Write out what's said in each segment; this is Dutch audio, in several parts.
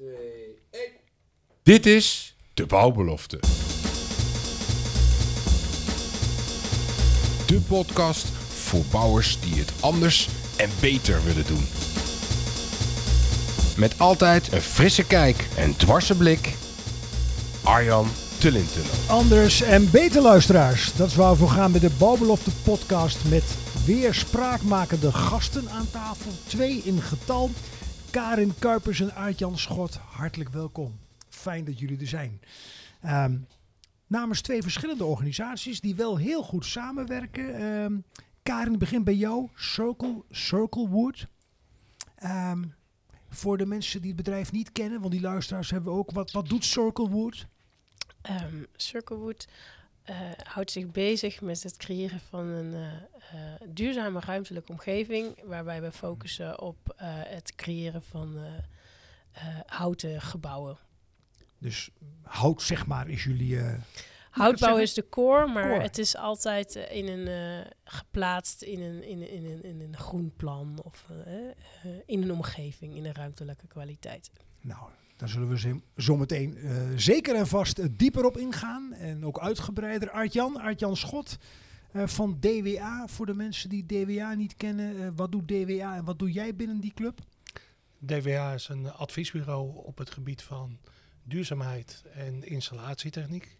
2, 1. Dit is De Bouwbelofte. De podcast voor bouwers die het anders en beter willen doen. Met altijd een frisse kijk en dwarse blik. Arjan Tullintunnel. Anders en beter luisteraars. Dat is waar we voor gaan met de Bouwbelofte podcast met weer spraakmakende gasten aan tafel. 2 in getal. Karin Kuipers en Aart-Jan Schot, hartelijk welkom. Fijn dat jullie er zijn. Namens 2 verschillende organisaties die wel heel goed samenwerken. Karin, begin bij jou. Circlewood. Voor de mensen die het bedrijf niet kennen, want die luisteraars hebben we ook. Wat doet Circlewood? Circlewood houdt zich bezig met het creëren van een duurzame ruimtelijke omgeving, waarbij we focussen op het creëren van houten gebouwen. Dus hout, zeg maar, is jullie... Houtbouw is de core, maar Core. het is altijd geplaatst in een groen plan of in een omgeving, in een ruimtelijke kwaliteit. Nou, daar zullen we zo meteen zeker en vast dieper op ingaan. En ook uitgebreider. Aart-Jan Schot van DWA. Voor de mensen die DWA niet kennen. Wat doet DWA en wat doe jij binnen die club? DWA is een adviesbureau op het gebied van duurzaamheid en installatietechniek.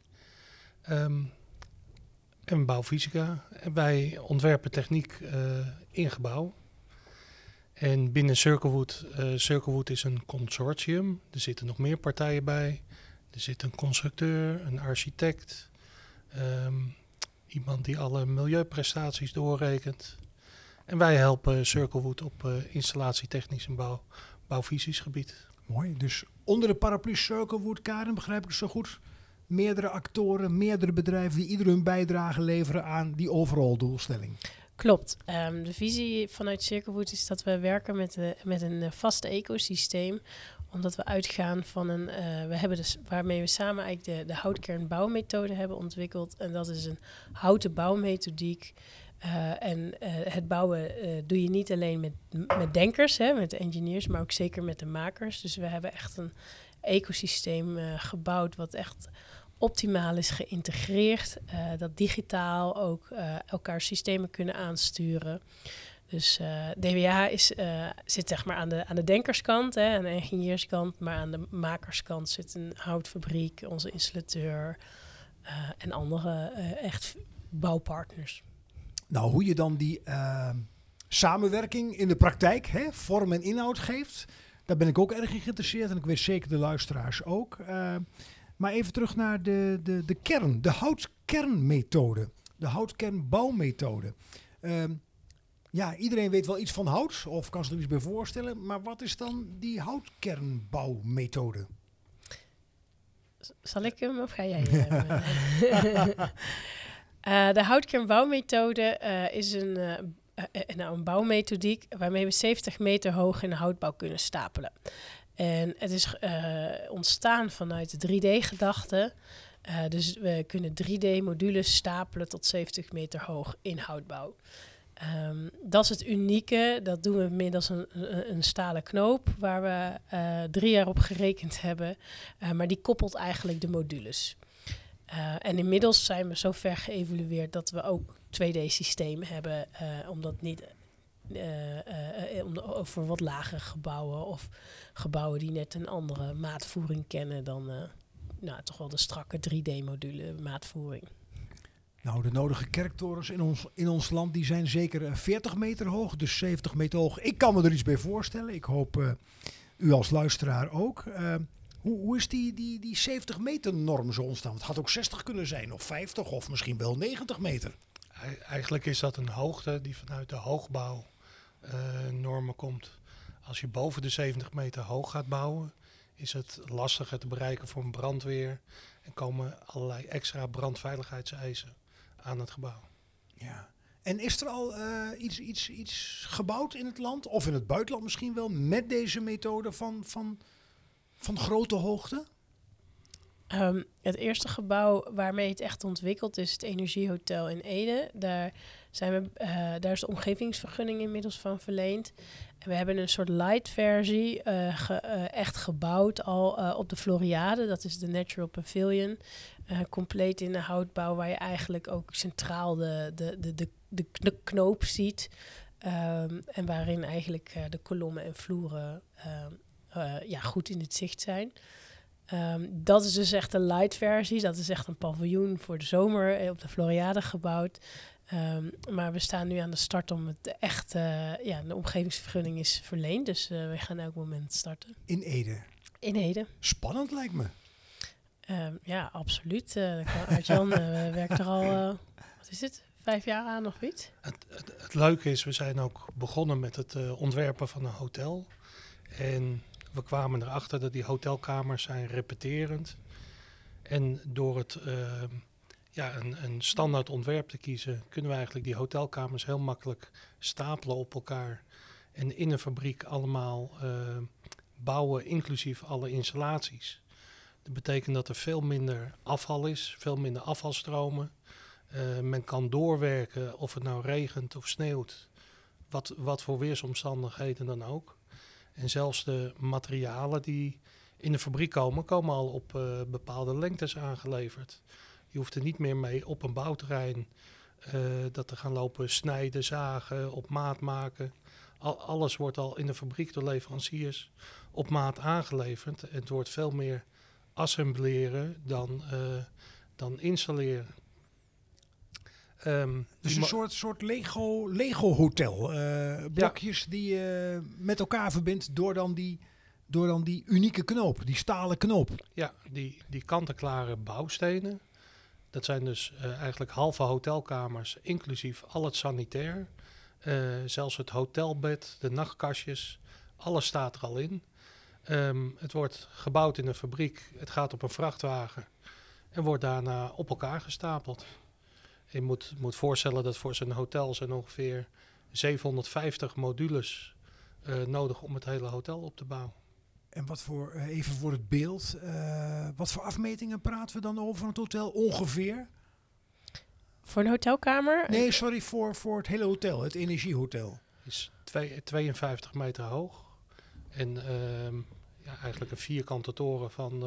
En bouwfysica. En wij ontwerpen techniek in gebouw. En binnen Circlewood is een consortium. Er zitten nog meer partijen bij. Er zit een constructeur, een architect. Iemand die alle milieuprestaties doorrekent. En wij helpen Circlewood op installatietechnisch en bouwfysisch gebied. Mooi. Dus onder de paraplu Circlewood, Karen, begrijp ik het zo goed? Meerdere actoren, meerdere bedrijven die ieder hun bijdrage leveren aan die overall doelstelling. Klopt. De visie vanuit Circlewood is dat we werken met een vast ecosysteem, omdat we uitgaan van waarmee we samen eigenlijk de houtkernbouwmethode hebben ontwikkeld. En dat is een houten bouwmethodiek. Het bouwen doe je niet alleen met denkers, met engineers, maar ook zeker met de makers. Dus we hebben echt een ecosysteem gebouwd wat echt optimaal is geïntegreerd. Dat digitaal ook elkaar systemen kunnen aansturen. Dus DWA zit zeg maar aan de denkerskant, aan de ingenieurskant, maar aan de makerskant zit een houtfabriek, onze installateur en andere echt bouwpartners. Nou, hoe je dan die samenwerking in de praktijk vorm en inhoud geeft, daar ben ik ook erg in geïnteresseerd en ik weet zeker de luisteraars ook. Maar even terug naar de kern, de houtkernmethode, de houtkernbouwmethode. Iedereen weet wel iets van hout of kan zich er iets bij voorstellen, maar wat is dan die houtkernbouwmethode? Zal ik hem of ga jij de houtkernbouwmethode is een bouwmethodiek waarmee we 70 meter hoog in houtbouw kunnen stapelen. En het is ontstaan vanuit de 3D-gedachte. Dus we kunnen 3D-modules stapelen tot 70 meter hoog in houtbouw. Dat is het unieke. Dat doen we middels een stalen knoop waar we 3 jaar op gerekend hebben. Maar die koppelt eigenlijk de modules. En inmiddels zijn we zo ver geëvolueerd dat we ook 2D-systemen hebben. Omdat niet voor wat lagere gebouwen of gebouwen die net een andere maatvoering kennen dan toch wel de strakke 3D-module maatvoering. Nou, de nodige kerktorens in ons land die zijn zeker 40 meter hoog, dus 70 meter hoog. Ik kan me er iets bij voorstellen. Ik hoop u als luisteraar ook. Hoe is die 70 meter norm zo ontstaan? Het had ook 60 kunnen zijn, of 50, of misschien wel 90 meter. Eigenlijk is dat een hoogte die vanuit de hoogbouw normen komt. Als je boven de 70 meter hoog gaat bouwen, is het lastiger te bereiken voor een brandweer. En komen allerlei extra brandveiligheidseisen aan het gebouw. Ja. En is er al iets gebouwd in het land, of in het buitenland misschien wel, met deze methode van grote hoogte? Het eerste gebouw waarmee het echt ontwikkeld is, het Energiehotel in Ede. Daar is de omgevingsvergunning inmiddels van verleend. En we hebben een soort light versie echt gebouwd al op de Floriade. Dat is de Natural Pavilion. Compleet in de houtbouw, waar je eigenlijk ook centraal de knoop ziet. En waarin eigenlijk de kolommen en vloeren goed in het zicht zijn. Dat is dus echt een light versie. Dat is echt een paviljoen voor de zomer op de Floriade gebouwd. Maar we staan nu aan de start om het echt... de omgevingsvergunning is verleend. Dus we gaan elk moment starten. In Ede. In Ede. Spannend lijkt me. Ja, absoluut. Art-Jan werkt er al... 5 jaar aan of iets? Het leuke is, we zijn ook begonnen met het ontwerpen van een hotel. En we kwamen erachter dat die hotelkamers zijn repeterend. En door het een standaard ontwerp te kiezen, kunnen we eigenlijk die hotelkamers heel makkelijk stapelen op elkaar. En in een fabriek allemaal bouwen, inclusief alle installaties. Dat betekent dat er veel minder afval is, veel minder afvalstromen. Men kan doorwerken of het nou regent of sneeuwt. Wat voor weersomstandigheden dan ook. En zelfs de materialen die in de fabriek komen al op bepaalde lengtes aangeleverd. Je hoeft er niet meer mee op een bouwterrein dat te gaan lopen snijden, zagen, op maat maken. Alles wordt al in de fabriek door leveranciers op maat aangeleverd. En het wordt veel meer assembleren dan installeren. Dus een soort Lego hotel. Blokjes die je met elkaar verbindt door dan die unieke knoop, die stalen knoop. Ja, die kant-en-klare bouwstenen. Dat zijn dus eigenlijk halve hotelkamers, inclusief al het sanitair. Zelfs het hotelbed, de nachtkastjes, alles staat er al in. Het wordt gebouwd in een fabriek, het gaat op een vrachtwagen en wordt daarna op elkaar gestapeld. Je moet voorstellen dat voor zo'n hotel zijn ongeveer 750 modules nodig om het hele hotel op te bouwen. En even voor het beeld, wat voor afmetingen praten we dan over van het hotel ongeveer? Voor een hotelkamer? Nee, sorry, voor het hele hotel, het Energiehotel. Het is 52 meter hoog en eigenlijk een vierkante toren van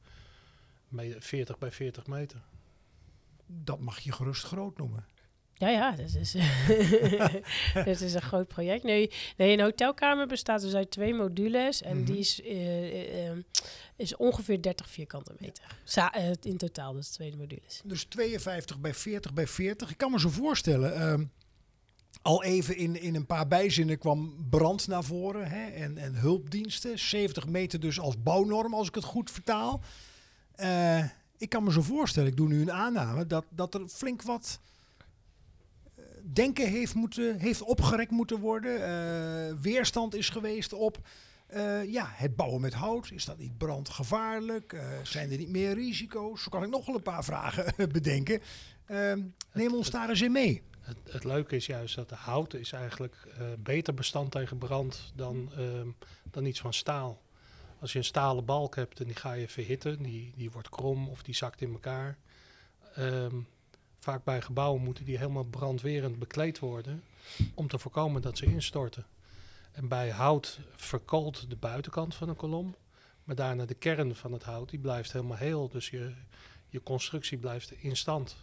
40 bij 40 meter. Dat mag je gerust groot noemen. Ja, dat is, dat is een groot project. Nee, een hotelkamer bestaat dus uit 2 modules. En die is ongeveer 30 vierkante meter. In totaal, dus 2 modules. Dus 52 bij 40 bij 40. Ik kan me zo voorstellen... al even in een paar bijzinnen kwam brand naar voren. Hè, en hulpdiensten. 70 meter dus als bouwnorm, als ik het goed vertaal. Ik kan me zo voorstellen, ik doe nu een aanname, dat er flink wat denken heeft opgerekt moeten worden. Weerstand is geweest op het bouwen met hout. Is dat niet brandgevaarlijk? Zijn er niet meer risico's? Zo kan ik nog wel een paar vragen bedenken. Neem ons daar eens in mee. Het leuke is juist dat de hout is eigenlijk beter bestand tegen brand dan iets van staal. Als je een stalen balk hebt en die ga je verhitten, die wordt krom of die zakt in elkaar. Vaak bij gebouwen moeten die helemaal brandwerend bekleed worden om te voorkomen dat ze instorten. En bij hout verkoolt de buitenkant van een kolom, maar daarna de kern van het hout die blijft helemaal heel. Dus je constructie blijft in stand.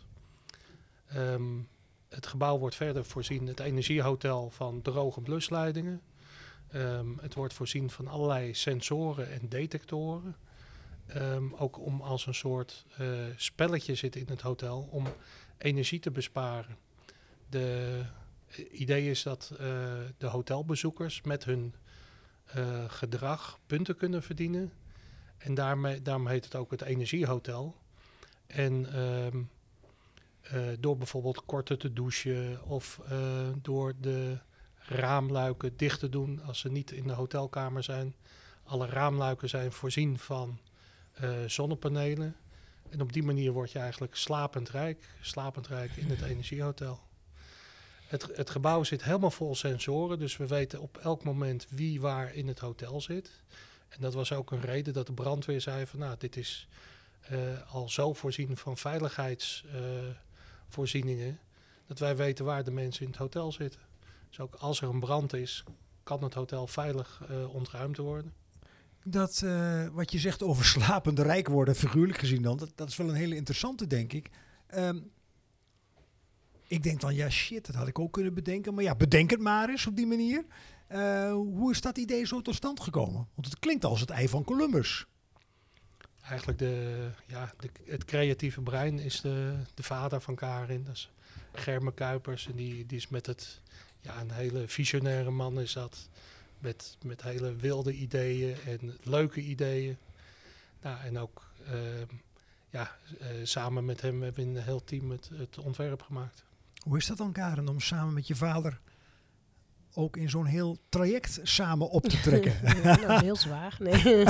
Het gebouw wordt verder voorzien, het Energiehotel, van droge blusleidingen. Het wordt voorzien van allerlei sensoren en detectoren. Ook om als een soort spelletje zit in het hotel om energie te besparen. Het idee is dat de hotelbezoekers met hun gedrag punten kunnen verdienen. En daarom heet het ook het Energiehotel. En door bijvoorbeeld korter te douchen of door de raamluiken dicht te doen als ze niet in de hotelkamer zijn. Alle raamluiken zijn voorzien van zonnepanelen. En op die manier word je eigenlijk slapend rijk in het Energiehotel. Het gebouw zit helemaal vol sensoren, dus we weten op elk moment wie waar in het hotel zit. En dat was ook een reden dat de brandweer zei van dit is al zo voorzien van veiligheidsvoorzieningen, dat wij weten waar de mensen in het hotel zitten. Dus ook als er een brand is, kan het hotel veilig ontruimd worden. Dat wat je zegt over slapende rijk worden, figuurlijk gezien dan, dat is wel een hele interessante, denk ik. Ik denk dan, ja shit, dat had ik ook kunnen bedenken. Maar ja, bedenk het maar eens op die manier. Hoe is dat idee zo tot stand gekomen? Want het klinkt als het ei van Columbus. Eigenlijk het creatieve brein is de vader van Karin. Dat is Germe Kuipers. En die is met een hele visionaire man is dat. Met hele wilde ideeën en leuke ideeën. Nou, en ook samen met hem hebben we in een heel team het ontwerp gemaakt. Hoe is dat dan, Karen, om samen met je vader ook in zo'n heel traject samen op te trekken? Nou, heel zwaar. Nee.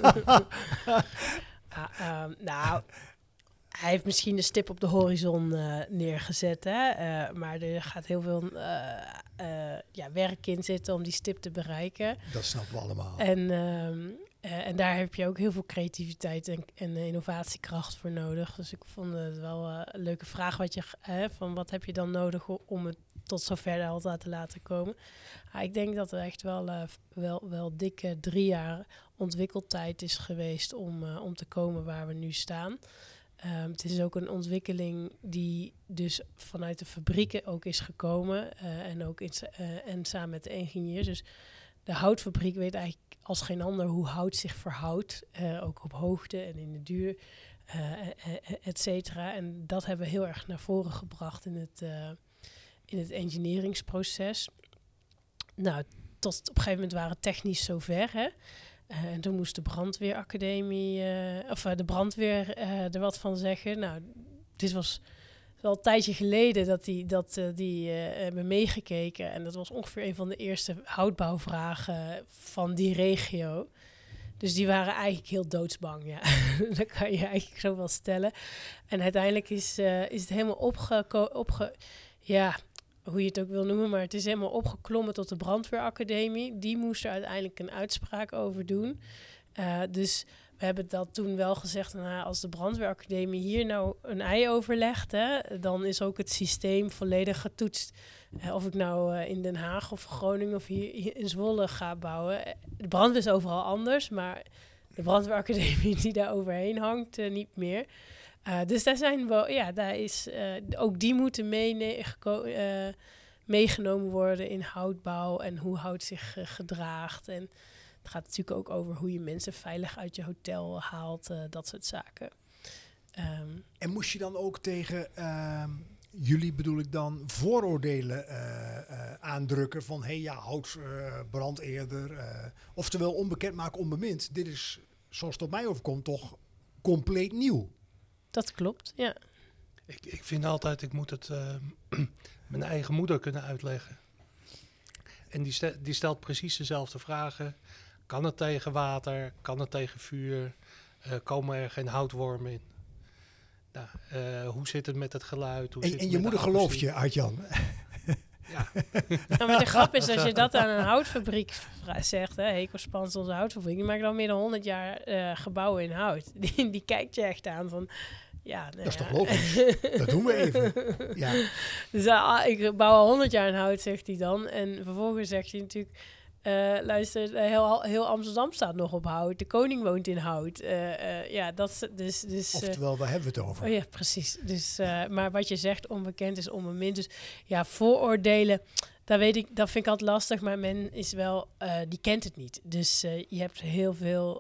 Hij heeft misschien een stip op de horizon neergezet. Hè? Maar er gaat heel veel werk in zitten om die stip te bereiken. Dat snappen we allemaal. En daar heb je ook heel veel creativiteit en innovatiekracht voor nodig. Dus ik vond het wel een leuke vraag. Van wat heb je dan nodig om het tot zover al te laten komen? Ik denk dat er echt wel dikke 3 jaar ontwikkeltijd is geweest om te komen waar we nu staan. Het is ook een ontwikkeling die dus vanuit de fabrieken ook is gekomen. En samen met de ingenieurs. Dus de houtfabriek weet eigenlijk als geen ander hoe hout zich verhoudt. Ook op hoogte en in de duur, et cetera. En dat hebben we heel erg naar voren gebracht in het engineeringsproces. Nou, tot op een gegeven moment waren we technisch zover, hè. En toen moest de brandweeracademie, de brandweer er wat van zeggen. Nou, dit was wel een tijdje geleden dat die hebben meegekeken. En dat was ongeveer een van de eerste houtbouwvragen van die regio. Dus die waren eigenlijk heel doodsbang, ja. Dat kan je eigenlijk zo wel stellen. En uiteindelijk is het helemaal hoe je het ook wil noemen, maar het is helemaal opgeklommen tot de brandweeracademie. Die moest er uiteindelijk een uitspraak over doen. Dus we hebben dat toen wel gezegd, als de brandweeracademie hier nou een ei over legt, hè, dan is ook het systeem volledig getoetst. Of ik nou in Den Haag of Groningen of hier in Zwolle ga bouwen. De brandweer is overal anders, maar de brandweeracademie die daar overheen hangt, niet meer. Dus daar zijn ook die moeten meegenomen worden in houtbouw en hoe hout zich gedraagt. En het gaat natuurlijk ook over hoe je mensen veilig uit je hotel haalt, dat soort zaken. En moest je dan ook tegen jullie, bedoel ik dan, vooroordelen aandrukken van hout brandt eerder. Oftewel onbekend maken onbemind. Dit is, zoals het op mij overkomt, toch compleet nieuw. Dat klopt, ja. Ik vind altijd, ik moet het mijn eigen moeder kunnen uitleggen. En die stelt precies dezelfde vragen. Kan het tegen water? Kan het tegen vuur? Komen er geen houtwormen in? Nou, hoe zit het met het geluid? En je moeder gelooft je, Art-Jan. Ja. Maar de grap is, als je dat aan een houtfabriek zegt, Heco-Spans, onze houtfabriek, die maakt al meer dan 100 jaar gebouwen in hout. Die kijkt je echt aan van, dat is toch logisch? Dat doen we even. Ja. Dus ik bouw al 100 jaar in hout, zegt hij dan. En vervolgens zegt hij natuurlijk, luister, heel Amsterdam staat nog op hout. De koning woont in hout. Dat is dus. Oftewel, waar hebben we het over? Oh ja, precies. Dus, maar wat je zegt, onbekend is onbemind. Dus ja, vooroordelen, dat vind ik altijd lastig. Maar men is wel, die kent het niet. Dus je hebt heel veel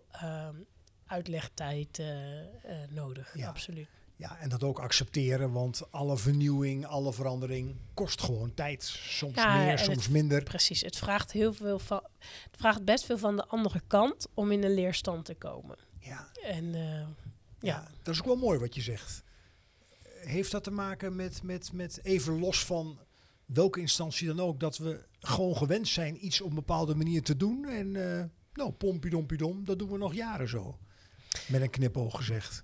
uitlegtijd nodig, absoluut. Ja, en dat ook accepteren, want alle vernieuwing, alle verandering kost gewoon tijd. Soms meer, soms minder. Precies, het vraagt het vraagt best veel van de andere kant om in een leerstand te komen. Ja. En dat is ook wel mooi wat je zegt. Heeft dat te maken met even los van welke instantie dan ook, dat we gewoon gewend zijn iets op een bepaalde manier te doen en pompidompidom, dat doen we nog jaren zo. Met een knipoog gezegd.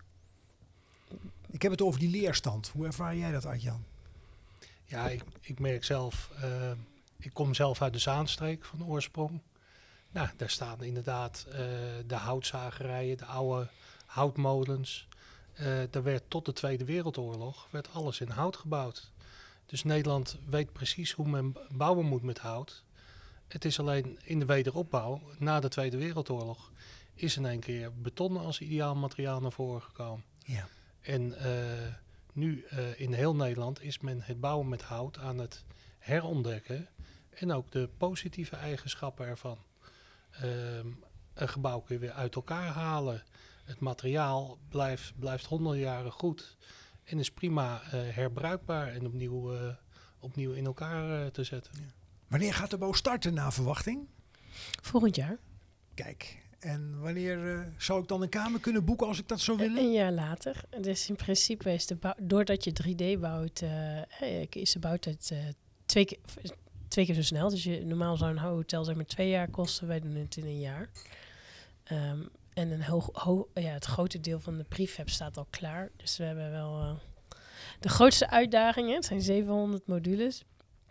Ik heb het over die leerstand. Hoe ervaar jij dat, Art-Jan? Ja, ik merk zelf, ik kom zelf uit de Zaanstreek van oorsprong. Nou, daar staan inderdaad de houtzagerijen, de oude houtmolens. Daar werd tot de Tweede Wereldoorlog werd alles in hout gebouwd. Dus Nederland weet precies hoe men bouwen moet met hout. Het is alleen in de wederopbouw, na de Tweede Wereldoorlog, is in één keer beton als ideaal materiaal naar voren gekomen. Ja. En nu in heel Nederland is men het bouwen met hout aan het herontdekken. En ook de positieve eigenschappen ervan. Een gebouw kun je weer uit elkaar halen. Het materiaal blijft honderden jaren goed. En is prima herbruikbaar en opnieuw in elkaar te zetten. Ja. Wanneer gaat de bouw starten naar verwachting? Volgend jaar. Kijk, en wanneer zou ik dan een kamer kunnen boeken als ik dat zou willen? Een jaar later. Dus in principe is doordat je 3D bouwt, is de bouwtijd 2 keer zo snel. Dus normaal zou een hotel zeg maar 2 jaar kosten. Wij doen het in een jaar. En het grote deel van de prefab staat al klaar. Dus we hebben wel de grootste uitdagingen. Het zijn 700 modules.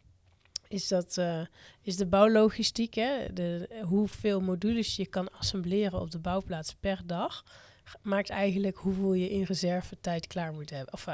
Is de bouwlogistiek. Hè? Hoeveel modules je kan assembleren op de bouwplaats per dag. Maakt eigenlijk hoeveel je in reservetijd klaar moet hebben. Of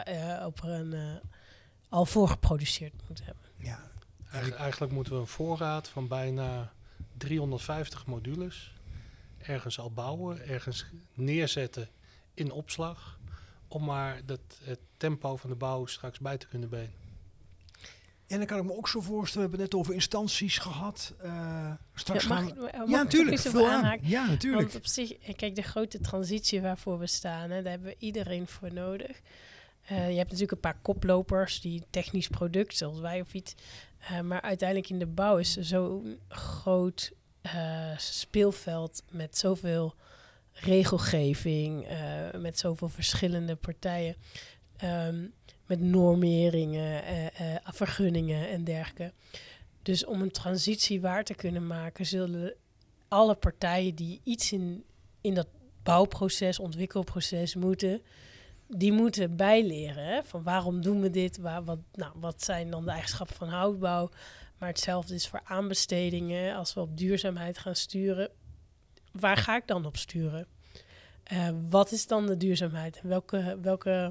al voorgeproduceerd moet hebben. Ja. Eigenlijk moeten we een voorraad van bijna 350 modules ergens al bouwen, ergens neerzetten in opslag, om maar het tempo van de bouw straks bij te kunnen benen. En dan kan ik me ook zo voorstellen, we hebben het net over instanties gehad. Straks Ja, gaan mag natuurlijk, ik veel aan. aanhaken? Ja, natuurlijk. Want op zich, kijk, de grote transitie waarvoor we staan, daar hebben we iedereen voor nodig. Je hebt natuurlijk een paar koplopers, die technisch product, zoals wij of iets. Maar uiteindelijk in de bouw is er zo'n groot speelveld met zoveel regelgeving, met zoveel verschillende partijen, met normeringen, vergunningen en dergelijke. Dus om een transitie waar te kunnen maken, zullen alle partijen die iets in dat bouwproces, ontwikkelproces die moeten bijleren. Hè? Van waarom doen we dit? Wat zijn dan de eigenschappen van houtbouw? Maar hetzelfde is voor aanbestedingen. Als we op duurzaamheid gaan sturen, waar ga ik dan op sturen? Wat is dan de duurzaamheid? Welke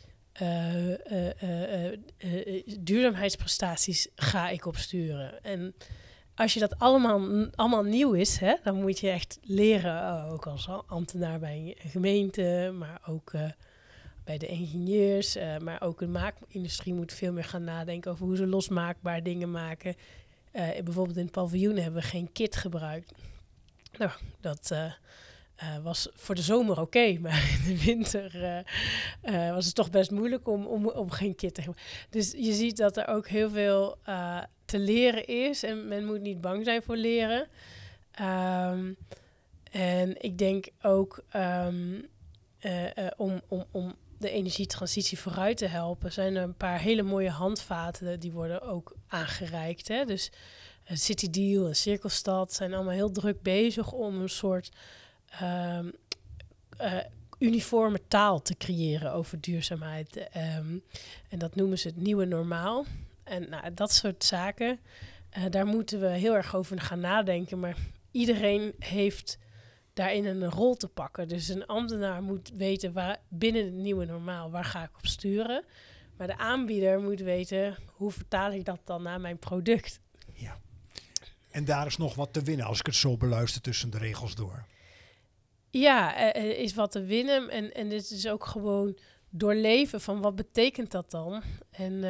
duurzaamheidsprestaties ga ik op sturen? En als je dat allemaal nieuw is, hè, dan moet je echt leren, ook als ambtenaar bij een gemeente, maar ook bij de ingenieurs, maar ook de maakindustrie moet veel meer gaan nadenken over hoe ze losmaakbaar dingen maken. Bijvoorbeeld in het paviljoen hebben we geen kit gebruikt. Nou, dat was voor de zomer oké, maar in de winter was het toch best moeilijk om geen kit te gebruiken. Dus je ziet dat er ook heel veel te leren is en men moet niet bang zijn voor leren. En ik denk ook om de energietransitie vooruit te helpen, zijn er een paar hele mooie handvaten die worden ook aangereikt. Hè? Dus City Deal en Cirkelstad zijn allemaal heel druk bezig om een soort uniforme taal te creëren over duurzaamheid. En dat noemen ze het nieuwe normaal. En dat soort zaken, daar moeten we heel erg over gaan nadenken. Maar iedereen heeft daarin een rol te pakken. Dus een ambtenaar moet weten binnen het nieuwe normaal, waar ga ik op sturen. Maar de aanbieder moet weten, hoe vertaal ik dat dan naar mijn product? Ja. En daar is nog wat te winnen als ik het zo beluister tussen de regels door. Ja, er is wat te winnen. En dit is ook gewoon doorleven van wat betekent dat dan? En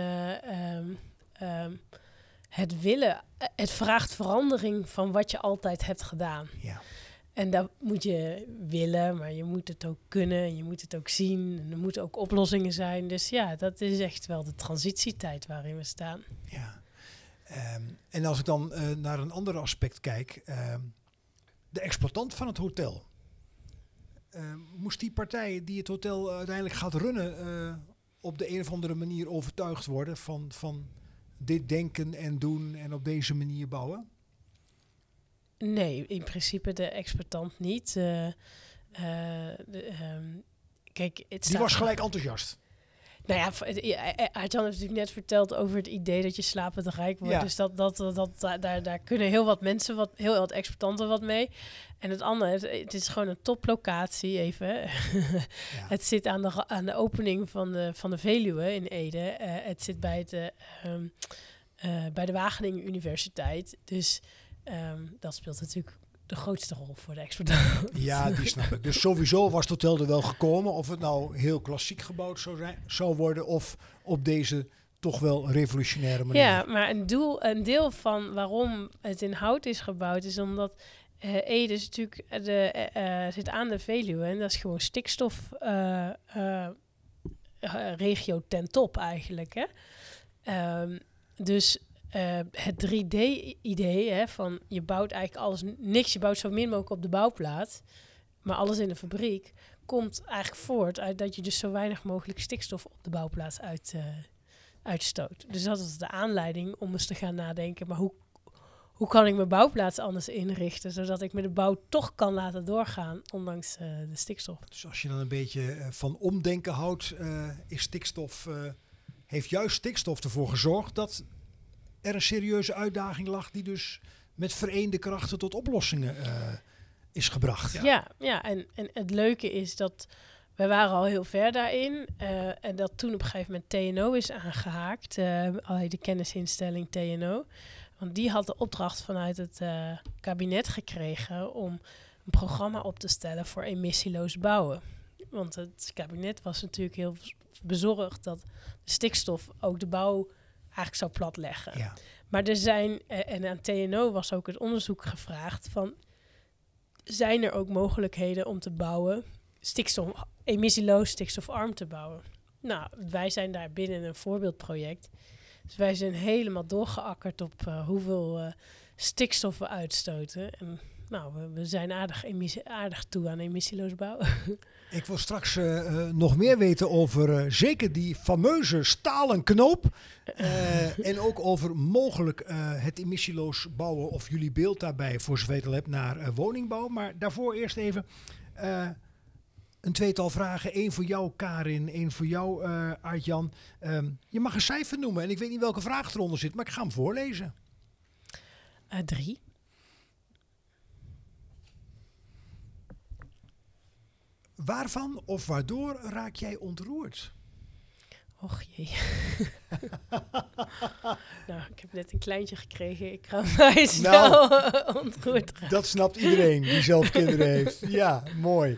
het willen, het vraagt verandering van wat je altijd hebt gedaan. Ja. En dat moet je willen, maar je moet het ook kunnen en je moet het ook zien. En er moeten ook oplossingen zijn. Dus ja, dat is echt wel de transitietijd waarin we staan. Ja. En als ik dan naar een ander aspect kijk, de exploitant van het hotel. Moest die partij die het hotel uiteindelijk gaat runnen op de een of andere manier overtuigd worden van dit denken en doen en op deze manier bouwen? Nee, in principe de exploitant niet. Kijk, Die was gelijk enthousiast. Nou ja, Arjan heeft natuurlijk net verteld over het idee dat je slapend rijk wordt. Ja. Dus daar kunnen heel wat mensen, heel wat exploitanten wat mee. En het andere, het is gewoon een toplocatie even. Ja. Het zit aan de opening van de Veluwe in Ede. Het zit bij de Wageningen Universiteit. Dus dat speelt natuurlijk de grootste rol voor de exploitant. Ja, die snap ik. Dus sowieso was het hotel er wel gekomen. Of het nou heel klassiek gebouwd zou worden. Of op deze toch wel revolutionaire manier. Ja, maar een deel van waarom het in hout is gebouwd is omdat Ede is natuurlijk zit aan de Veluwe en dat is gewoon stikstof regio ten top eigenlijk. Hè? Dus het 3D-idee van je bouwt eigenlijk alles niks, je bouwt zo min mogelijk op de bouwplaats, maar alles in de fabriek komt eigenlijk voort uit dat je dus zo weinig mogelijk stikstof op de bouwplaats uitstoot. Dus dat is de aanleiding om eens te gaan nadenken, maar hoe kan ik mijn bouwplaats anders inrichten, zodat ik met de bouw toch kan laten doorgaan, ondanks de stikstof. Dus als je dan een beetje van omdenken houdt, heeft juist stikstof ervoor gezorgd dat er een serieuze uitdaging lag die dus met vereende krachten tot oplossingen is gebracht. Ja, en het leuke is dat wij waren al heel ver daarin en dat toen op een gegeven moment TNO is aangehaakt, de kennisinstelling TNO. Want die had de opdracht vanuit het kabinet gekregen om een programma op te stellen voor emissieloos bouwen. Want het kabinet was natuurlijk heel bezorgd dat de stikstof ook de bouw eigenlijk zou platleggen. Ja. Maar er zijn, en aan TNO was ook het onderzoek gevraagd van, zijn er ook mogelijkheden om te bouwen, emissieloos, stikstofarm te bouwen? Nou, wij zijn daar binnen een voorbeeldproject. Dus wij zijn helemaal doorgeakkerd op hoeveel stikstof we uitstoten. En nou, we zijn aardig toe aan emissieloos bouwen. Ik wil straks nog meer weten over zeker die fameuze stalen knoop. En ook over mogelijk het emissieloos bouwen of jullie beeld daarbij, voor zover je het al hebt, naar woningbouw. Maar daarvoor eerst even een tweetal vragen. Eén voor jou, Karin. Één voor jou, Aart-Jan. Je mag een cijfer noemen. En ik weet niet welke vraag eronder zit, maar ik ga hem voorlezen. 3. Waarvan of waardoor raak jij ontroerd? Och jee. Nou, ik heb net een kleintje gekregen. Ik ga mij snel ontroerd raken. Dat snapt iedereen die zelf kinderen heeft. Ja, mooi.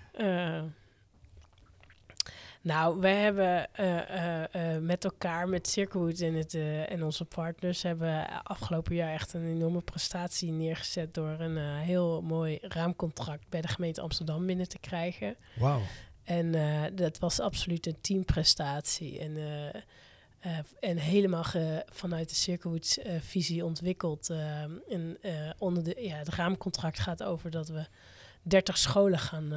Nou, we hebben met elkaar, met Circlewood en onze partners, hebben afgelopen jaar echt een enorme prestatie neergezet door een heel mooi raamcontract bij de gemeente Amsterdam binnen te krijgen. Wauw. En dat was absoluut een teamprestatie. En helemaal vanuit de Circlewoods visie ontwikkeld. Het raamcontract gaat over dat we 30 scholen gaan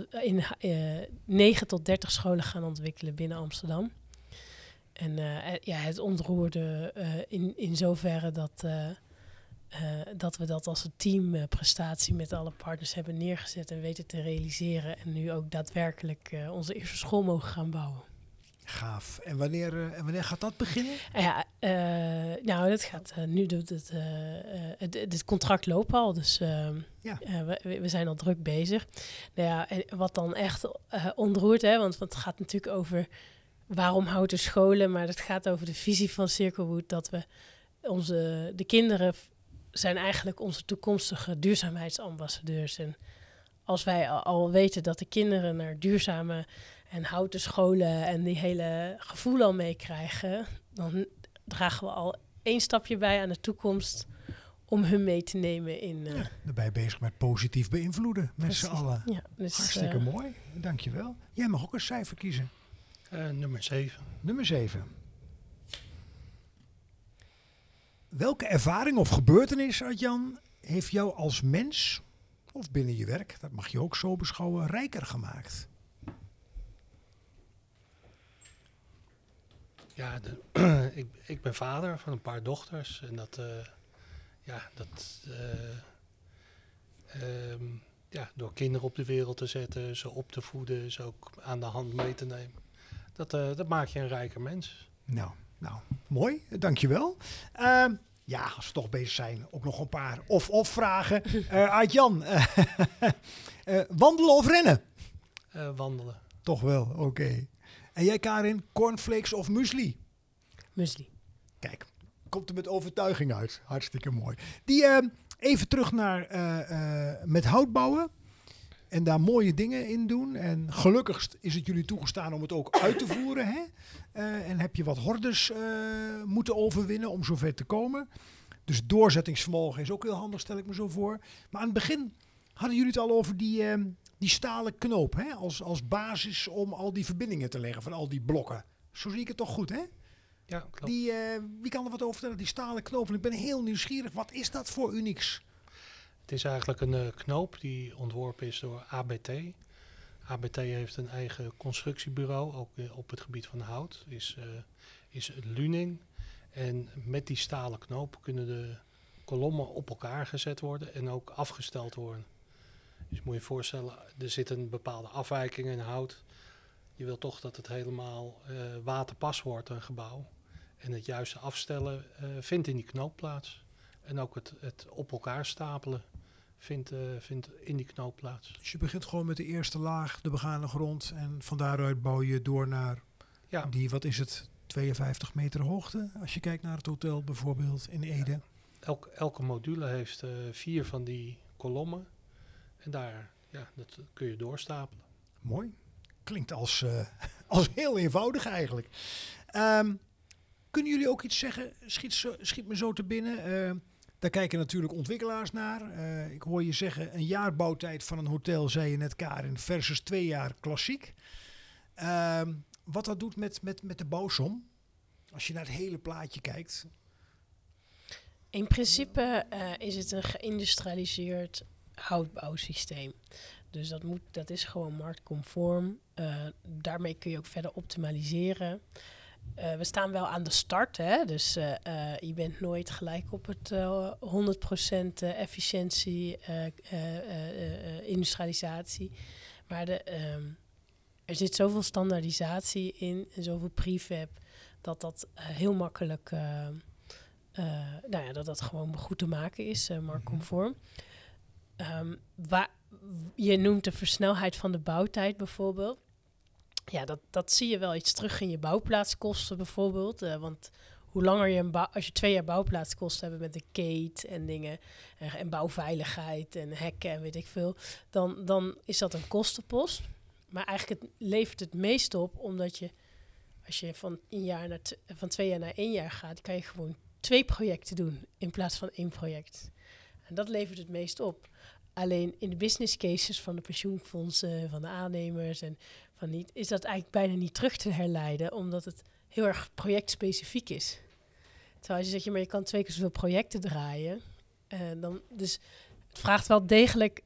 9 tot 30 scholen gaan ontwikkelen binnen Amsterdam. En het ontroerde in zoverre dat we dat als een teamprestatie met alle partners hebben neergezet en weten te realiseren. En nu ook daadwerkelijk onze eerste school mogen gaan bouwen. Gaaf. En wanneer gaat dat beginnen? Dat gaat nu. Het contract loopt al, dus we zijn al druk bezig. Nou ja, en wat dan echt ontroert, want het gaat natuurlijk over waarom houten scholen, maar het gaat over de visie van Circlewood dat we de kinderen zijn eigenlijk onze toekomstige duurzaamheidsambassadeurs. En als wij al weten dat de kinderen naar duurzame en houten scholen en die hele gevoel al meekrijgen, dan dragen we al 1 stapje bij aan de toekomst om hun mee te nemen in... Dan ben je bezig met positief beïnvloeden met z'n allen. Ja, dus, hartstikke mooi, dankjewel. Jij mag ook een cijfer kiezen. Nummer 7. Nummer 7. Welke ervaring of gebeurtenis, Aart-Jan, heeft jou als mens, of binnen je werk, dat mag je ook zo beschouwen, rijker gemaakt? Ja, ik ben vader van een paar dochters. En door kinderen op de wereld te zetten, ze op te voeden, ze ook aan de hand mee te nemen. Dat maakt je een rijker mens. Nou, mooi. Dankjewel. Ja, als we toch bezig zijn, ook nog een paar of vragen. Aart-Jan, wandelen of rennen? Wandelen. Toch wel, oké. En jij Karin, cornflakes of muesli? Muesli. Kijk, komt er met overtuiging uit. Hartstikke mooi. Even terug naar met hout bouwen. En daar mooie dingen in doen. En gelukkig is het jullie toegestaan om het ook uit te voeren. Hè? En heb je wat hordes moeten overwinnen om zover te komen. Dus doorzettingsvermogen is ook heel handig, stel ik me zo voor. Maar aan het begin hadden jullie het al over die stalen knoop. Hè? Als basis om al die verbindingen te leggen van al die blokken. Zo zie ik het toch goed, hè? Ja, klopt. Wie kan er wat over vertellen? Die stalen knoop. En ik ben heel nieuwsgierig. Wat is dat voor unieks? Het is eigenlijk een knoop die ontworpen is door ABT. ABT heeft een eigen constructiebureau, ook op het gebied van hout. Is Luning. En met die stalen knoop kunnen de kolommen op elkaar gezet worden en ook afgesteld worden. Dus moet je je voorstellen, er zit een bepaalde afwijking in hout. Je wil toch dat het helemaal waterpas wordt, een gebouw. En het juiste afstellen vindt in die knoop plaats. En ook het op elkaar stapelen vindt in die knoop plaats. Dus je begint gewoon met de eerste laag, de begane grond. En van daaruit bouw je door naar die, wat is het, 52 meter hoogte? Als je kijkt naar het hotel bijvoorbeeld in Ede. Elke module heeft 4 van die kolommen. En dat kun je doorstapelen. Mooi. Klinkt als heel eenvoudig eigenlijk. Kunnen jullie ook iets zeggen? Schiet me zo te binnen. Daar kijken natuurlijk ontwikkelaars naar. Ik hoor je zeggen, een jaar bouwtijd van een hotel, zei je net Karin, versus 2 jaar klassiek. Wat dat doet met de bouwsom, als je naar het hele plaatje kijkt. In principe is het een geïndustrialiseerd houtbouwsysteem. Dus dat is gewoon marktconform. Daarmee kun je ook verder optimaliseren. We staan wel aan de start, hè? Dus je bent nooit gelijk op het 100% efficiëntie, industrialisatie. Maar er zit zoveel standaardisatie in en zoveel prefab dat heel makkelijk, dat gewoon goed te maken is, marktconform. Je noemt de versnelheid van de bouwtijd bijvoorbeeld. Ja, dat zie je wel iets terug in je bouwplaatskosten bijvoorbeeld. Want hoe langer als je 2 jaar bouwplaatskosten hebt met de kate en dingen en bouwveiligheid en hekken en weet ik veel, dan is dat een kostenpost. Maar eigenlijk levert het meest op, omdat je, als je van 2 jaar naar 1 jaar gaat, kan je gewoon 2 projecten doen in plaats van 1 project. En dat levert het meest op. Alleen in de business cases van de pensioenfondsen, van de aannemers en is dat eigenlijk bijna niet terug te herleiden, omdat het heel erg projectspecifiek is. Terwijl als je zegt, maar je kan 2 keer zoveel projecten draaien. Dus het vraagt wel degelijk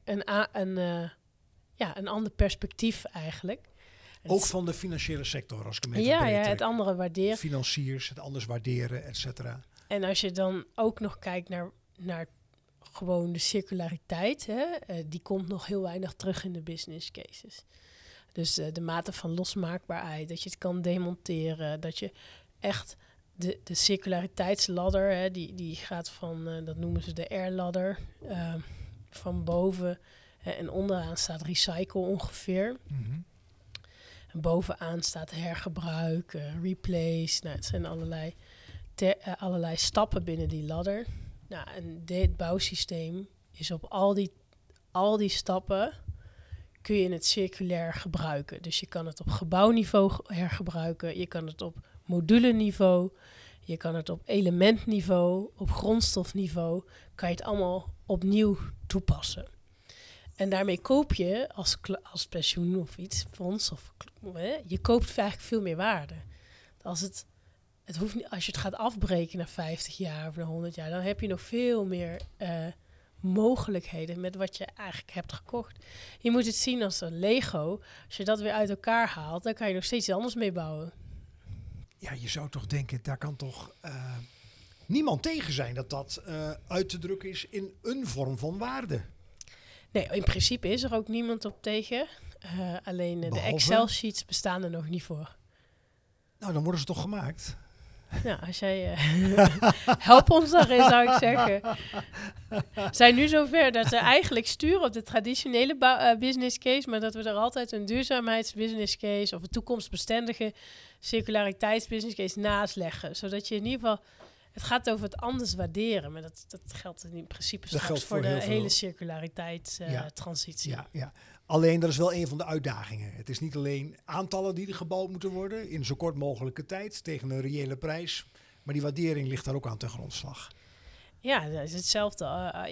een ander perspectief eigenlijk. Ook van de financiële sector, als ik hem even het andere waarderen. Financiers, het anders waarderen, et cetera. En als je dan ook nog kijkt naar gewoon de circulariteit, die komt nog heel weinig terug in de business cases. Dus de mate van losmaakbaarheid, dat je het kan demonteren, dat je echt de circulariteitsladder, die gaat van, dat noemen ze de air-ladder, van boven en onderaan staat recycle ongeveer. Mm-hmm. En bovenaan staat hergebruik, replace, het zijn allerlei stappen binnen die ladder. Nou, en dit bouwsysteem is op al die stappen kun je het circulair gebruiken. Dus je kan het op gebouwniveau hergebruiken. Je kan het op moduleniveau. Je kan het op elementniveau. Op grondstofniveau. Kan je het allemaal opnieuw toepassen. En daarmee koop je als pensioen of iets, fonds, je koopt eigenlijk veel meer waarde. Het hoeft niet, als je het gaat afbreken na 50 jaar of na 100 jaar, dan heb je nog veel meer mogelijkheden met wat je eigenlijk hebt gekocht. Je moet het zien als een Lego. Als je dat weer uit elkaar haalt, dan kan je nog steeds iets anders mee bouwen. Ja, je zou toch denken, daar kan toch niemand tegen zijn dat uit te drukken is in een vorm van waarde. Nee, in principe is er ook niemand op tegen. Alleen de Excel-sheets bestaan er nog niet voor. Nou, dan worden ze toch gemaakt. Ja, als jij... help ons daarin, zou ik zeggen. We zijn nu zover dat ze eigenlijk sturen op de traditionele business case, maar dat we er altijd een duurzaamheidsbusiness case of een toekomstbestendige circulariteitsbusiness case naast leggen. Zodat je in ieder geval... Het gaat over het anders waarderen, maar dat geldt in principe Dat straks geldt voor voor de heel veel. hele circulariteitstransitie. Ja. Alleen dat is wel een van de uitdagingen. Het is niet alleen aantallen die er gebouwd moeten worden in zo kort mogelijke tijd tegen een reële prijs, maar die waardering ligt daar ook aan ten grondslag. Ja, dat is hetzelfde.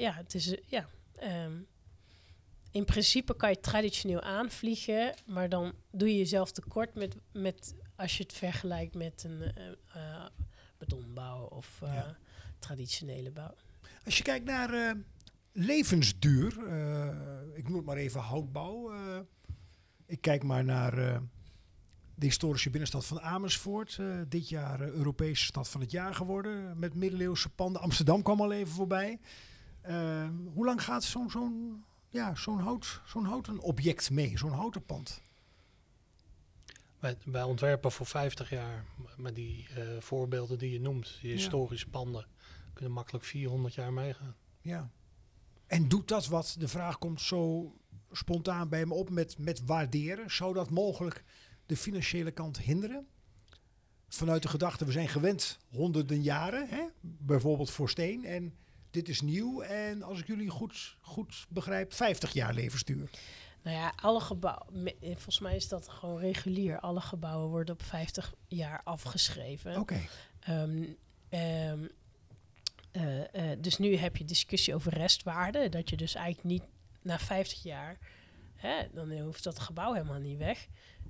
In principe kan je traditioneel aanvliegen, maar dan doe je jezelf tekort met als je het vergelijkt met een betonbouw of traditionele bouw. Als je kijkt naar levensduur, ik noem het maar even houtbouw. Ik kijk maar naar de historische binnenstad van Amersfoort. Dit jaar Europese stad van het jaar geworden met middeleeuwse panden. Amsterdam kwam al even voorbij. Hoe lang gaat zo'n houten object mee, zo'n houten pand? Wij ontwerpen voor 50 jaar, maar die voorbeelden die je noemt, die historische panden, kunnen makkelijk 400 jaar meegaan. Ja. En doet dat wat, de vraag komt zo spontaan bij me op, met waarderen? Zou dat mogelijk de financiële kant hinderen? Vanuit de gedachte, we zijn gewend honderden jaren, hè? Bijvoorbeeld voor steen. En dit is nieuw en als ik jullie goed begrijp, 50 jaar levensduur. Nou ja, alle gebouwen, volgens mij is dat gewoon regulier. Alle gebouwen worden op 50 jaar afgeschreven. Oké. Dus nu heb je discussie over restwaarde. Dat je dus eigenlijk niet na 50 jaar, dan hoeft dat gebouw helemaal niet weg.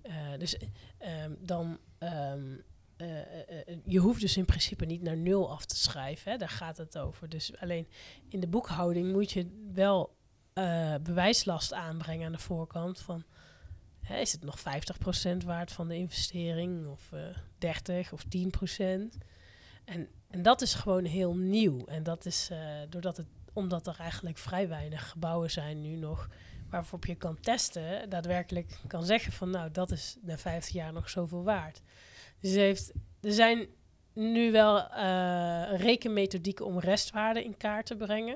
Je hoeft dus in principe niet naar 0 af te schrijven. Hè? Daar gaat het over. Dus alleen in de boekhouding moet je wel bewijslast aanbrengen aan de voorkant van... is het nog 50% waard van de investering of 30 of 10%? En dat is gewoon heel nieuw. En dat is omdat er eigenlijk vrij weinig gebouwen zijn nu nog waarop je kan testen, daadwerkelijk kan zeggen van nou, dat is na 50 jaar nog zoveel waard. Dus er zijn nu wel rekenmethodieken om restwaarde in kaart te brengen.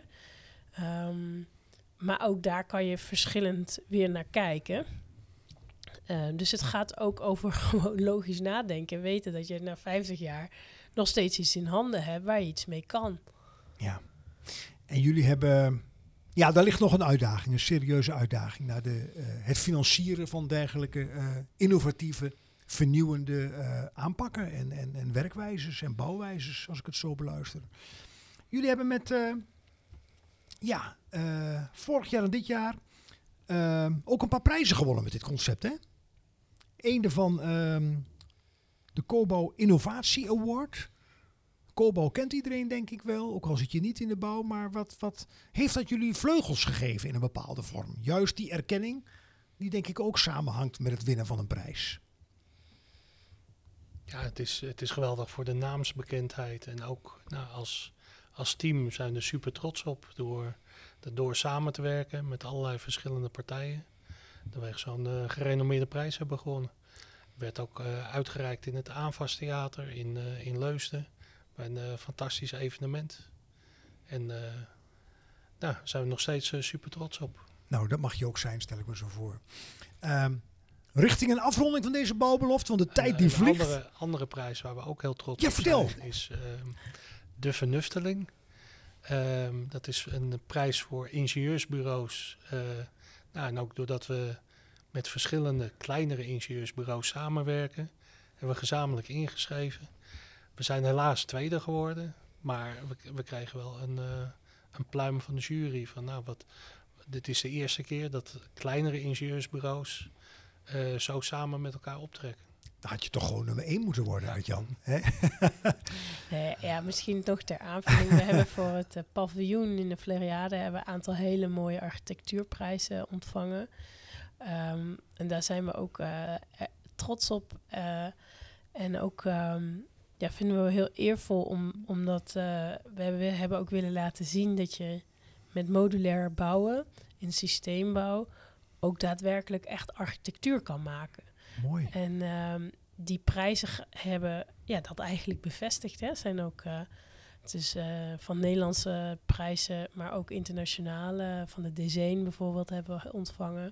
Maar ook daar kan je verschillend weer naar kijken. Dus het gaat ook over gewoon logisch nadenken. Weten dat je na 50 jaar nog steeds iets in handen hebt waar je iets mee kan. Ja. En jullie hebben... Ja, daar ligt nog een uitdaging, een serieuze uitdaging. Naar het financieren van dergelijke innovatieve, vernieuwende aanpakken en werkwijzes en bouwwijzes, als ik het zo beluister. Jullie hebben met vorig jaar en dit jaar ook een paar prijzen gewonnen met dit concept, hè? Eén daarvan de Cobouw Innovatie Award. Cobouw kent iedereen denk ik wel, ook al zit je niet in de bouw. Maar wat heeft dat jullie vleugels gegeven in een bepaalde vorm? Juist die erkenning, die denk ik ook samenhangt met het winnen van een prijs. Ja, het is geweldig voor de naamsbekendheid. En ook als team zijn we er super trots op door samen te werken met allerlei verschillende partijen. Dat we zo'n gerenommeerde prijs hebben gewonnen. Werd ook uitgereikt in het Aanvastheater in Leusden. Bij een fantastisch evenement. En daar zijn we nog steeds super trots op. Nou, dat mag je ook zijn, stel ik me zo voor. Richting een afronding van deze bouwbelofte, want de tijd die vliegt. Een andere prijs waar we ook heel trots op vertel. zijn is de Vernufteling. Dat is een prijs voor ingenieursbureaus. En ook doordat we met verschillende kleinere ingenieursbureaus samenwerken, hebben we gezamenlijk ingeschreven. We zijn helaas tweede geworden, maar we kregen wel een pluim van de jury. Van, dit is de eerste keer dat kleinere ingenieursbureaus zo samen met elkaar optrekken. Dan had je toch gewoon nummer 1 moeten worden, Art-Jan. Hè? Misschien toch ter aanvulling. We hebben voor het paviljoen in de Floriade hebben een aantal hele mooie architectuurprijzen ontvangen. En daar zijn we ook trots op. En ook vinden we heel eervol omdat we hebben ook willen laten zien dat je met modulair bouwen in systeembouw ook daadwerkelijk echt architectuur kan maken. Mooi. En die prijzen hebben dat eigenlijk bevestigd. Hè. Zijn ook van Nederlandse prijzen, maar ook internationale. Van de Dezeen bijvoorbeeld hebben we ontvangen.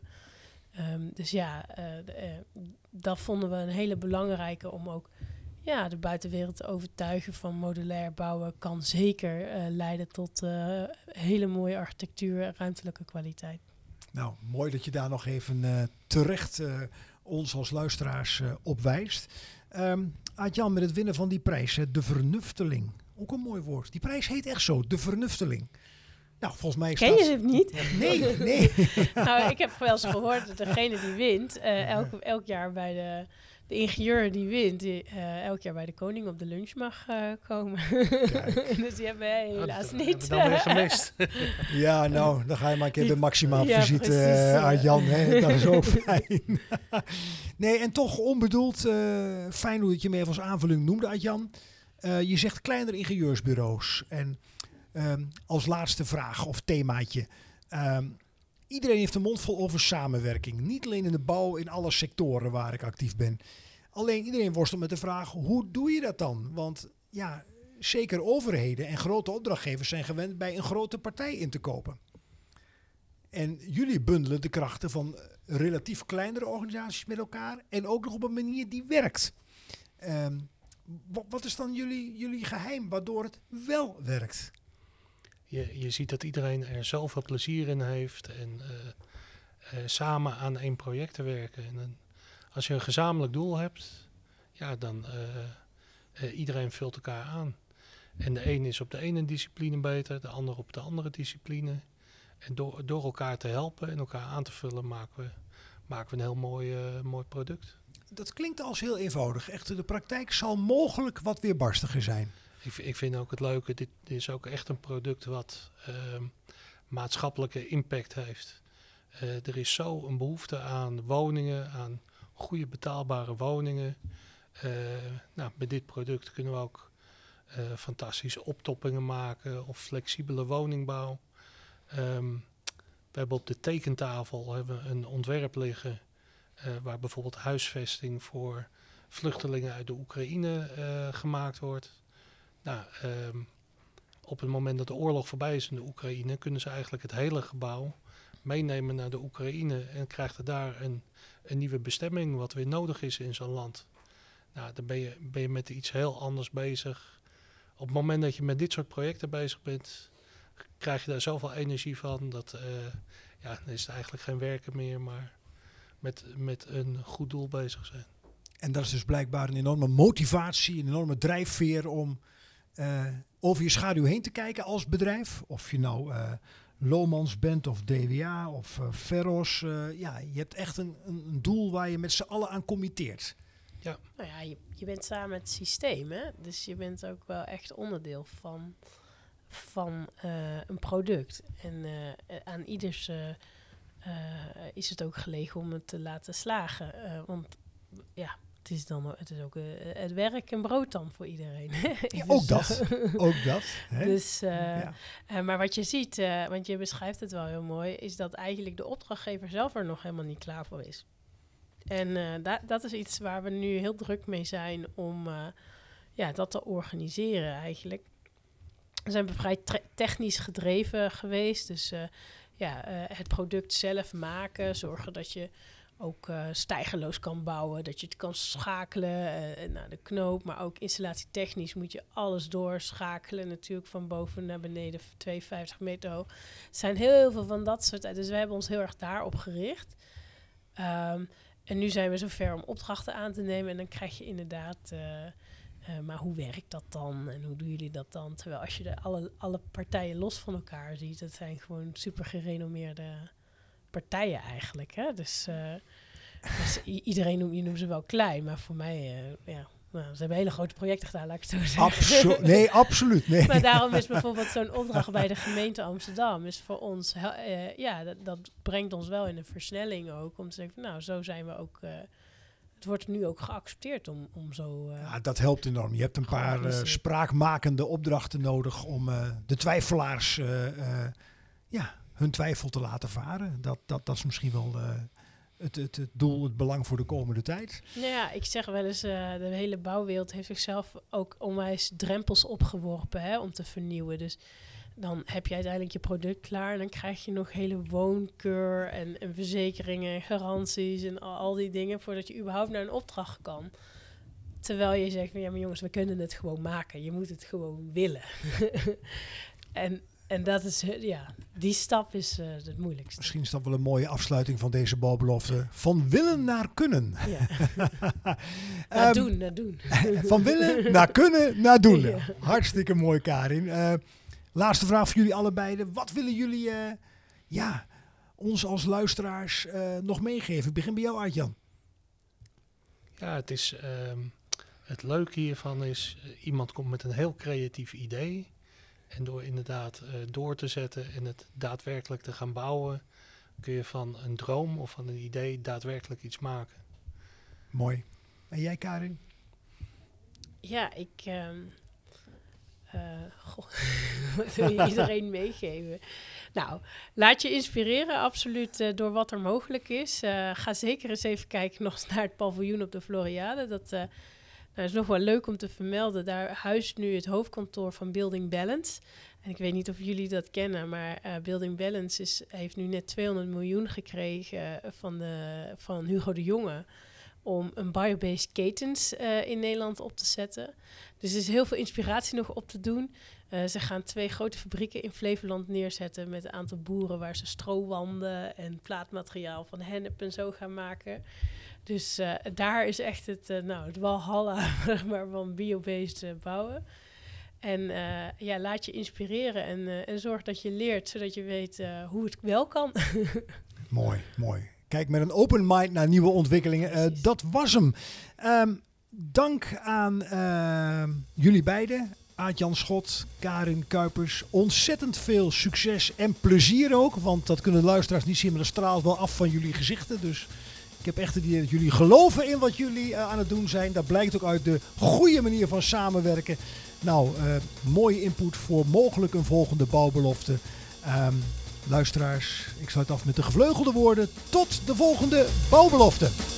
Dat vonden we een hele belangrijke om ook de buitenwereld te overtuigen van modulair bouwen kan zeker leiden tot hele mooie architectuur en ruimtelijke kwaliteit. Nou, mooi dat je daar nog even terecht ons als luisteraars op wijst. Aart-Jan, met het winnen van die prijs, de Vernufteling. Ook een mooi woord. Die prijs heet echt zo, de Vernufteling. Nou, volgens mij Ken je het niet? Nee. Nou, ik heb wel eens gehoord dat degene die wint, elk jaar bij de ingenieur die wint, elk jaar bij de koning op de lunch mag komen. Dus die hebben wij helaas niet. Hebben we dan weer gemist. Ja, nou, dan ga je maar een keer bij Maxima op visite, precies, Aart-Jan. Dat is ook fijn. Nee, en toch onbedoeld, fijn hoe je het me even als aanvulling noemde, Aart-Jan. Je zegt kleinere ingenieursbureaus. En als laatste vraag of themaatje. Iedereen heeft een mond vol over samenwerking. Niet alleen in de bouw, in alle sectoren waar ik actief ben. Alleen iedereen worstelt met de vraag, hoe doe je dat dan? Want zeker overheden en grote opdrachtgevers zijn gewend bij een grote partij in te kopen. En jullie bundelen de krachten van relatief kleinere organisaties met elkaar en ook nog op een manier die werkt. Wat is dan jullie geheim waardoor het wel werkt? Je ziet dat iedereen er zoveel plezier in heeft en samen aan één project te werken. En als je een gezamenlijk doel hebt, dan iedereen vult elkaar aan. En de een is op de ene discipline beter, de ander op de andere discipline. En door elkaar te helpen en elkaar aan te vullen maken we een heel mooi product. Dat klinkt als heel eenvoudig. Echter, de praktijk zal mogelijk wat weerbarstiger zijn. Ik vind ook het leuke, dit is ook echt een product wat maatschappelijke impact heeft. Er is zo een behoefte aan woningen, aan goede betaalbare woningen. Met dit product kunnen we ook fantastische optoppingen maken of flexibele woningbouw. We hebben op de tekentafel een ontwerp liggen waar bijvoorbeeld huisvesting voor vluchtelingen uit de Oekraïne gemaakt wordt. Op het moment dat de oorlog voorbij is in de Oekraïne, kunnen ze eigenlijk het hele gebouw meenemen naar de Oekraïne en krijgt er daar een nieuwe bestemming wat weer nodig is in zo'n land. Dan ben je met iets heel anders bezig. Op het moment dat je met dit soort projecten bezig bent, krijg je daar zoveel energie van dat dan is het eigenlijk geen werken meer, maar met een goed doel bezig zijn. En dat is dus blijkbaar een enorme motivatie, een enorme drijfveer om over je schaduw heen te kijken als bedrijf. Of je nou Lomans bent of DWA of Ferros. Je hebt echt een doel waar je met z'n allen aan committeert. Ja. Nou ja, je bent samen het systeem, hè? Dus je bent ook wel echt onderdeel van een product. En aan ieders is het ook gelegen om het te laten slagen. Want het is ook het werk en brood dan voor iedereen. Ja, ook dat. Hè? Dus, maar wat je ziet, want je beschrijft het wel heel mooi, is dat eigenlijk de opdrachtgever zelf er nog helemaal niet klaar voor is. En dat is iets waar we nu heel druk mee zijn om dat te organiseren eigenlijk. We zijn vrij technisch gedreven geweest. Dus het product zelf maken, zorgen dat je ook stijgerloos kan bouwen, dat je het kan schakelen naar de knoop. Maar ook installatietechnisch moet je alles doorschakelen. Natuurlijk van boven naar beneden, 52 meter hoog. Er zijn heel veel van dat soort. Dus we hebben ons heel erg daarop gericht. En nu zijn we zover om opdrachten aan te nemen. En dan krijg je inderdaad, maar hoe werkt dat dan? En hoe doen jullie dat dan? Terwijl als je alle partijen los van elkaar ziet, dat zijn gewoon super gerenommeerde partijen eigenlijk. Hè? Dus iedereen noemt ze wel klein, maar voor mij, ze hebben hele grote projecten gedaan, laat ik het zo zeggen. Absoluut. Nee. Maar daarom is bijvoorbeeld zo'n opdracht bij de gemeente Amsterdam, is voor ons, dat brengt ons wel in een versnelling ook, om te zeggen, nou, zo zijn we ook, het wordt nu ook geaccepteerd om zo... dat helpt enorm. Je hebt een paar spraakmakende opdrachten nodig om de twijfelaars hun twijfel te laten varen. Dat is misschien wel het doel, het belang voor de komende tijd? Nou ja, ik zeg wel eens, de hele bouwwereld heeft zichzelf ook onwijs drempels opgeworpen om te vernieuwen. Dus dan heb je uiteindelijk je product klaar en dan krijg je nog hele woonkeur en verzekeringen en garanties en al die dingen voordat je überhaupt naar een opdracht kan. Terwijl je zegt, ja maar jongens, we kunnen het gewoon maken. Je moet het gewoon willen. En dat is, die stap is het moeilijkste. Misschien is dat wel een mooie afsluiting van deze bouwbelofte. Van willen naar kunnen. Ja. naar doen. Van willen naar kunnen naar doen. Ja. Hartstikke mooi, Karin. Laatste vraag voor jullie allebei. Wat willen jullie ons als luisteraars nog meegeven? Ik begin bij jou, Aart-Jan. Ja, het is het leuke hiervan is, iemand komt met een heel creatief idee. En door inderdaad door te zetten en het daadwerkelijk te gaan bouwen, kun je van een droom of van een idee daadwerkelijk iets maken. Mooi. En jij, Karin? Ja, wat wil je iedereen meegeven? Nou, laat je inspireren absoluut door wat er mogelijk is. Ga zeker eens even kijken nog eens naar het paviljoen op de Floriade. Dat is nog wel leuk om te vermelden. Daar huist nu het hoofdkantoor van Building Balance. En ik weet niet of jullie dat kennen, maar Building Balance heeft nu net 200 miljoen gekregen van Hugo de Jonge om een biobased ketens in Nederland op te zetten. Dus er is heel veel inspiratie nog op te doen. Ze gaan 2 grote fabrieken in Flevoland neerzetten met een aantal boeren waar ze strowanden en plaatmateriaal van hennep en zo gaan maken. Dus daar is echt het walhalla maar van biobased bouwen. En laat je inspireren en zorg dat je leert, zodat je weet hoe het wel kan. Mooi, mooi. Kijk met een open mind naar nieuwe ontwikkelingen. Dat was hem. Dank aan jullie beiden. Aart-Jan Schot, Karin Kuipers. Ontzettend veel succes en plezier ook. Want dat kunnen de luisteraars niet zien, maar dat straalt wel af van jullie gezichten. Dus ik heb echt het idee dat jullie geloven in wat jullie aan het doen zijn. Dat blijkt ook uit de goede manier van samenwerken. Nou, mooie input voor mogelijk een volgende bouwbelofte. Luisteraars, ik sluit af met de gevleugelde woorden. Tot de volgende bouwbelofte.